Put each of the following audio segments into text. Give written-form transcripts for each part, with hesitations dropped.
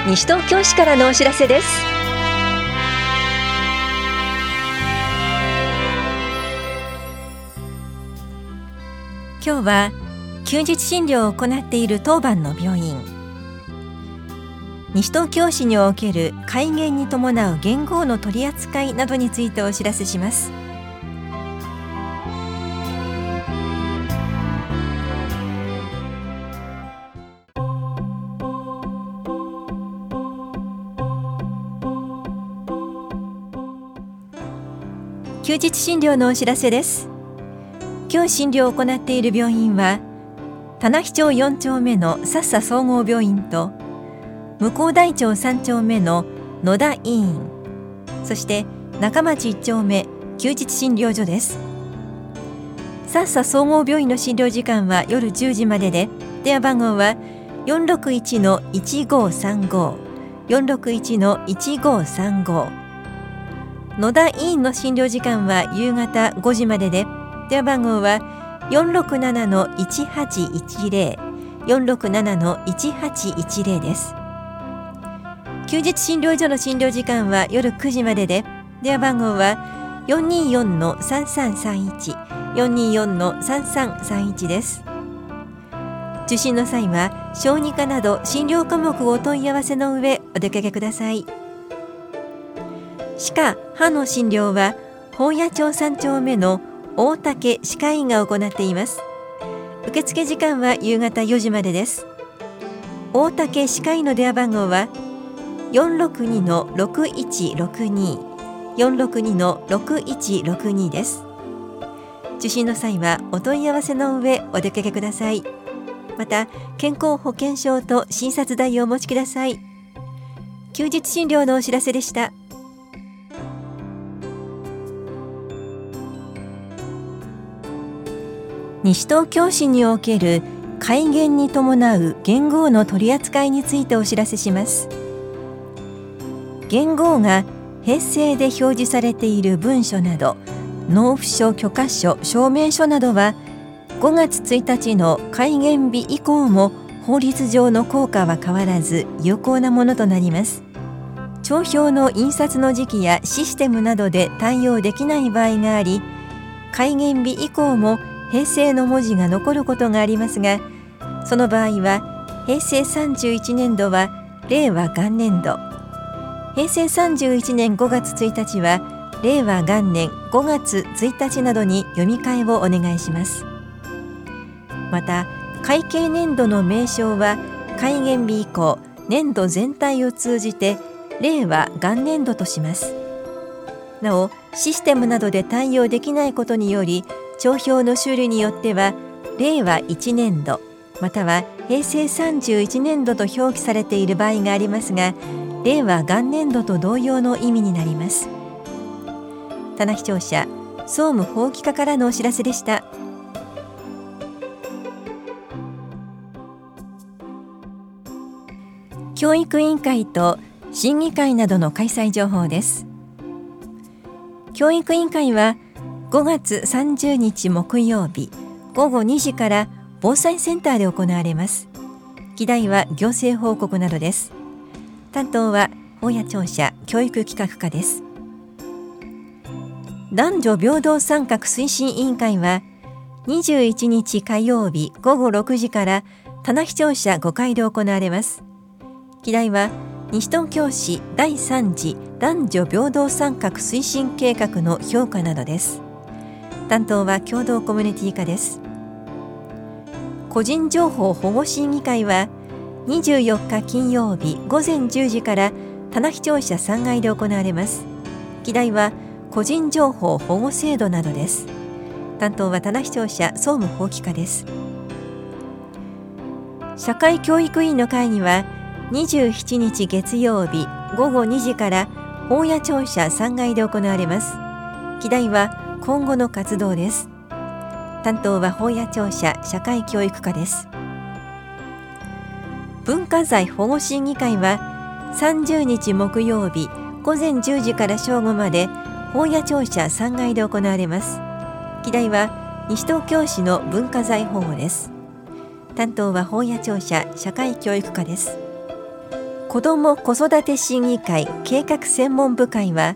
西東京市からのお知らせです。 今日は休日診療を行っている当番の病院、西東京市における改元に伴う元号の取り扱いなどについてお知らせします。休日診療のお知らせです。今日診療を行っている病院は棚木町4丁目のさっさ総合病院と向こう大町3丁目の野田医院、そして中町1丁目休日診療所です。さっさ総合病院の診療時間は夜10時までで、電話番号は 461-1535 461-1535。野田医院の診療時間は夕方5時までで、電話番号は 467-1810 467-1810 です。休日診療所の診療時間は夜9時までで、電話番号は 424-3331 424-3331 です。受診の際は小児科など診療科目をお問い合わせの上お出かけください。歯科・歯の診療は宝谷町3丁目の大竹歯科医院が行っています。受付時間は夕方4時までです。大竹歯科医の電話番号は 462-6162 462-6162 です。受診の際はお問い合わせの上お出かけください。また健康保険証と診察代をお持ちください。休日診療のお知らせでした。西東京市における改元に伴う元号の取り扱いについてお知らせします。元号が平成で表示されている文書など、納付書、許可書、証明書などは5月1日の改元日以降も法律上の効果は変わらず有効なものとなります。帳票の印刷の時期やシステムなどで対応できない場合があり、改元日以降も平成の文字が残ることがありますが、その場合は平成31年度は令和元年度、平成31年5月1日は令和元年5月1日などに読み替えをお願いします。また会計年度の名称は改元日以降年度全体を通じて令和元年度とします。なおシステムなどで対応できないことにより、帳票の種類によっては令和1年度または平成31年度と表記されている場合がありますが、令和元年度と同様の意味になります。棚木庁舎総務法規課からのお知らせでした。教育委員会と審議会などの開催情報です。教育委員会は5月30日木曜日午後2時から防災センターで行われます。議題は行政報告などです。担当は宝谷庁舎教育企画課です。男女平等参画推進委員会は21日火曜日午後6時から棚木庁舎5階で行われます。議題は西東京市第3次男女平等参画推進計画の評価などです。担当は共同コミュニティ課です。個人情報保護審議会は24日金曜日午前10時から棚木庁舎3階で行われます。議題は個人情報保護制度などです。担当は棚木庁舎総務法規課です。社会教育委員の会議は27日月曜日午後2時から宝谷庁舎3階で行われます。議題は今後の活動です。担当は宝谷庁舎社会教育課です。文化財保護審議会は30日木曜日午前10時から正午まで宝谷庁舎3階で行われます。議題は西東京市の文化財保護です。担当は宝谷庁舎社会教育課です。 子ども子育て審議会計画専門部会は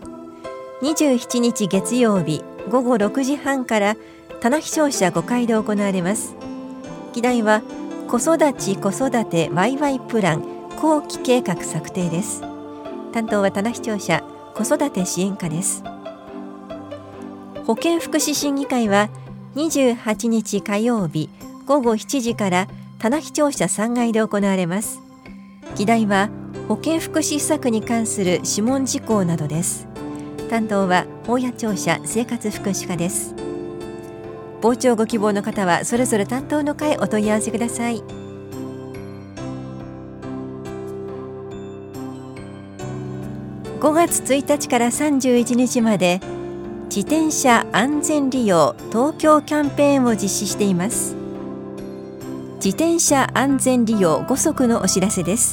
27日月曜日午後6時半から棚視聴者5階で行われます。議題は子育てワイワイプラン後期計画策定です。担当は棚視聴者子育て支援課です。保健福祉審議会は28日火曜日午後7時から棚視聴者3階で行われます。議題は保健福祉施策に関する諮問事項などです。担当は大谷庁舎生活福祉課です。傍聴ご希望の方はそれぞれ担当の課へお問い合わせください。5月1日から31日まで自転車安全利用東京キャンペーンを実施しています。自転車安全利用5則のお知らせです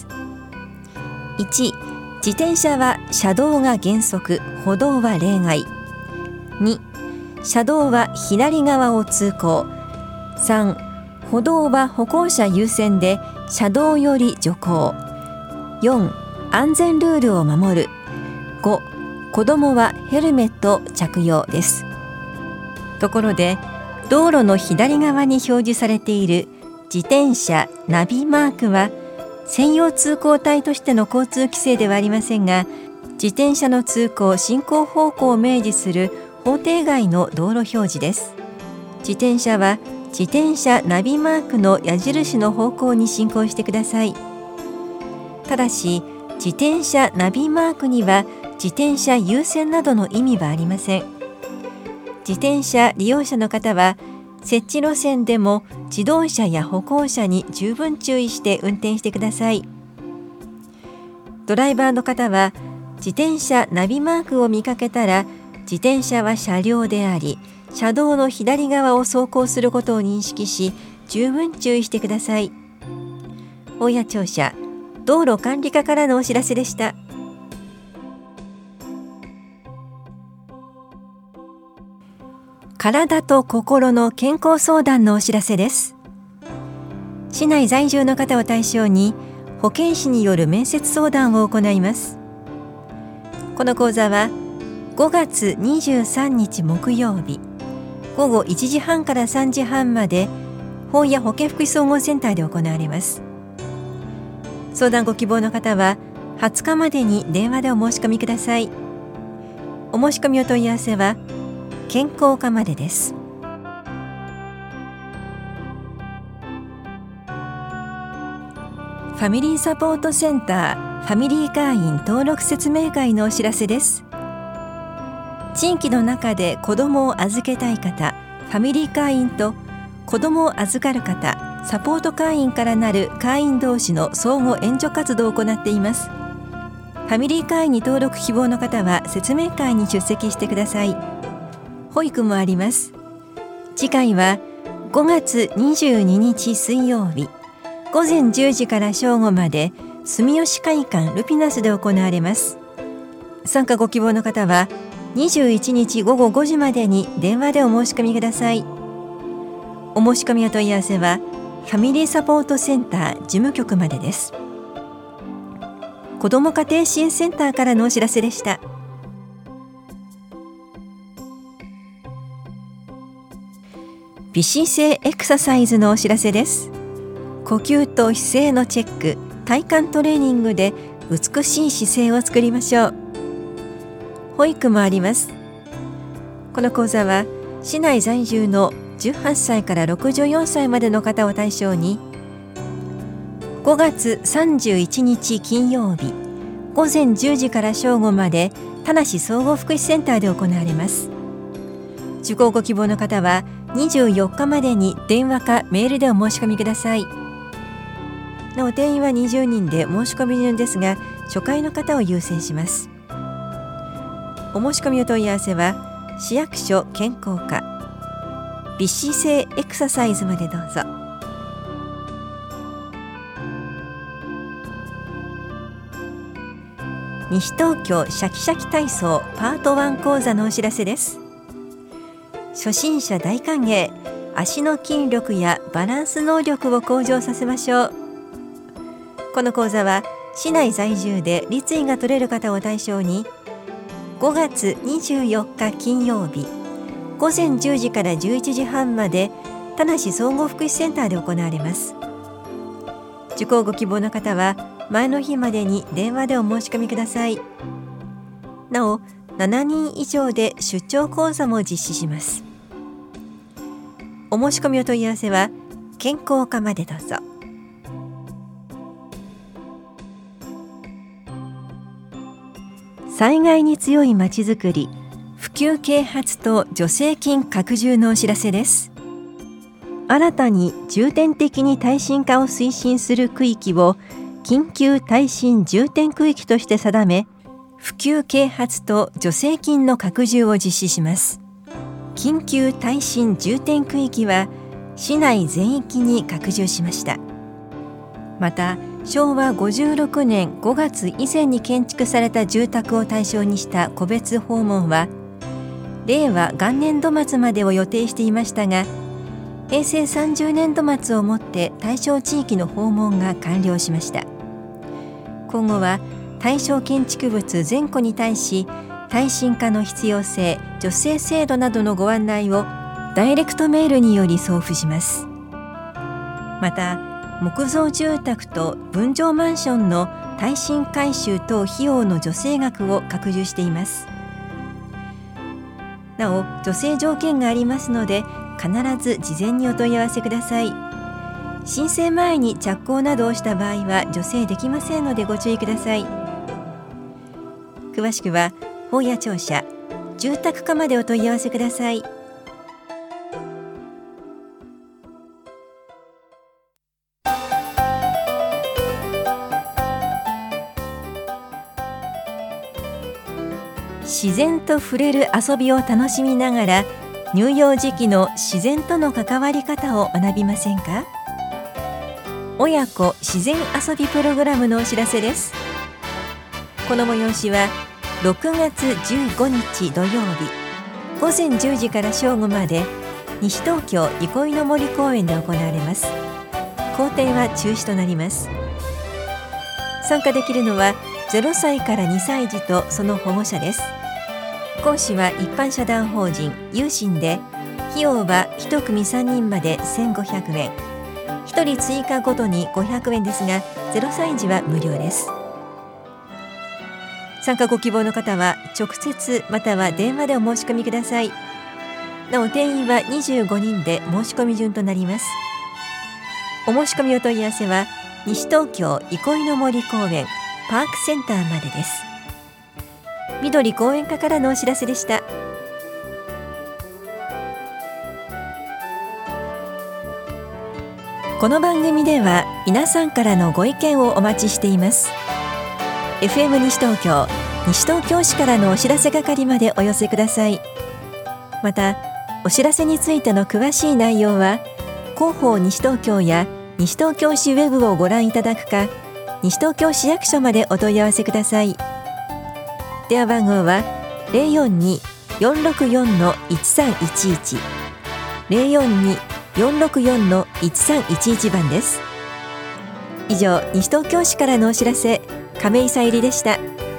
。1、自転車は車道が原則、歩道は例外。2、車道は左側を通行。3、歩道は歩行者優先で車道より徐行。4、安全ルールを守る。5、子どもはヘルメット着用です。ところで、道路の左側に表示されている自転車ナビマークは専用通行帯としての交通規制ではありませんが、自転車の通行・進行方向を明示する法定外の道路表示です。自転車は自転車ナビマークの矢印の方向に進行してください。ただし、自転車ナビマークには自転車優先などの意味はありません。自転車利用者の方は設置路線でも自動車や歩行者に十分注意して運転してください。ドライバーの方は自転車ナビマークを見かけたら自転車は車両であり、車道の左側を走行することを認識し十分注意してください。大谷庁舎道路管理課からのお知らせでした。体と心の健康相談のお知らせです。市内在住の方を対象に保健師による面接相談を行います。この講座は5月23日木曜日午後1時半から3時半まで保谷保健福祉総合センターで行われます。相談ご希望の方は20日までに電話でお申し込みください。お申し込みお問い合わせは健康課までです。ファミリーサポートセンターファミリー会員登録説明会のお知らせです。地域の中で子どもを預けたい方、ファミリー会員と子どもを預かる方、サポート会員からなる会員同士の相互援助活動を行っています。ファミリー会員に登録希望の方は説明会に出席してください。保育もあります。次回は5月22日水曜日午前10時から正午まで住吉会館ルピナスで行われます。参加ご希望の方は21日午後5時までに電話でお申し込みください。お申し込みお問い合わせはファミリーサポートセンター事務局までです。子ども家庭支援センターからのお知らせでした。微姿勢エクササイズのお知らせです。呼吸と姿勢のチェック、体幹トレーニングで美しい姿勢を作りましょう。保育もあります。この講座は市内在住の18歳から64歳までの方を対象に5月31日金曜日午前10時から正午まで田無総合福祉センターで行われます。受講ご希望の方は24日までに電話かメールでお申し込みください。なお定員は20人で申し込み順ですが、初回の方を優先します。お申し込みお問い合わせは市役所健康課微姿勢エクササイズまでどうぞ。西東京シャキシャキ体操パート1講座のお知らせです。初心者大歓迎、足の筋力やバランス能力を向上させましょう。この講座は市内在住で立位が取れる方を対象に5月24日金曜日午前10時から11時半まで田無総合福祉センターで行われます。受講ご希望の方は前の日までに電話でお申し込みください。なお7人以上で出張講座も実施します。お申し込みお問い合わせは健康課までどうぞ。災害に強いまちづくり、普及啓発と助成金拡充のお知らせです。新たに重点的に耐震化を推進する区域を緊急耐震重点区域として定め、普及啓発と助成金の拡充を実施します。緊急耐震重点区域は市内全域に拡充しました。また昭和56年5月以前に建築された住宅を対象にした個別訪問は令和元年度末までを予定していましたが、平成30年度末をもって対象地域の訪問が完了しました。今後は対象建築物全戸に対し耐震化の必要性、助成制度などのご案内をダイレクトメールにより送付します。また木造住宅と分譲マンションの耐震改修等費用の助成額を拡充しています。なお助成条件がありますので必ず事前にお問い合わせください。申請前に着工などをした場合は助成できませんのでご注意ください。詳しくは本屋庁舎住宅課までお問い合わせください。自然と触れる遊びを楽しみながら乳幼児期の自然との関わり方を学びませんか？親子自然遊びプログラムのお知らせです。この催しは6月15日土曜日午前10時から正午まで西東京憩いの森公園で行われます。行程は中止となります。参加できるのは0歳から2歳児とその保護者です。講師は一般社団法人有心で、費用は1組3人まで1500円、1人追加ごとに500円ですが、0歳児は無料です。参加ご希望の方は直接または電話でお申し込みください。なお定員は25人で申し込み順となります。お申し込みお問い合わせは西東京憩いの森公園パークセンターまでです。緑公園課からのお知らせでした。この番組では皆さんからのご意見をお待ちしています。 FM 西東京西東京市からのお知らせ係までお寄せください。またお知らせについての詳しい内容は広報西東京や西東京市ウェブをご覧いただくか、西東京市役所までお問い合わせください。電話番号は 042-464-1311 042-464-1311 番です。以上、西東京市からのお知らせ、亀井さゆりでした。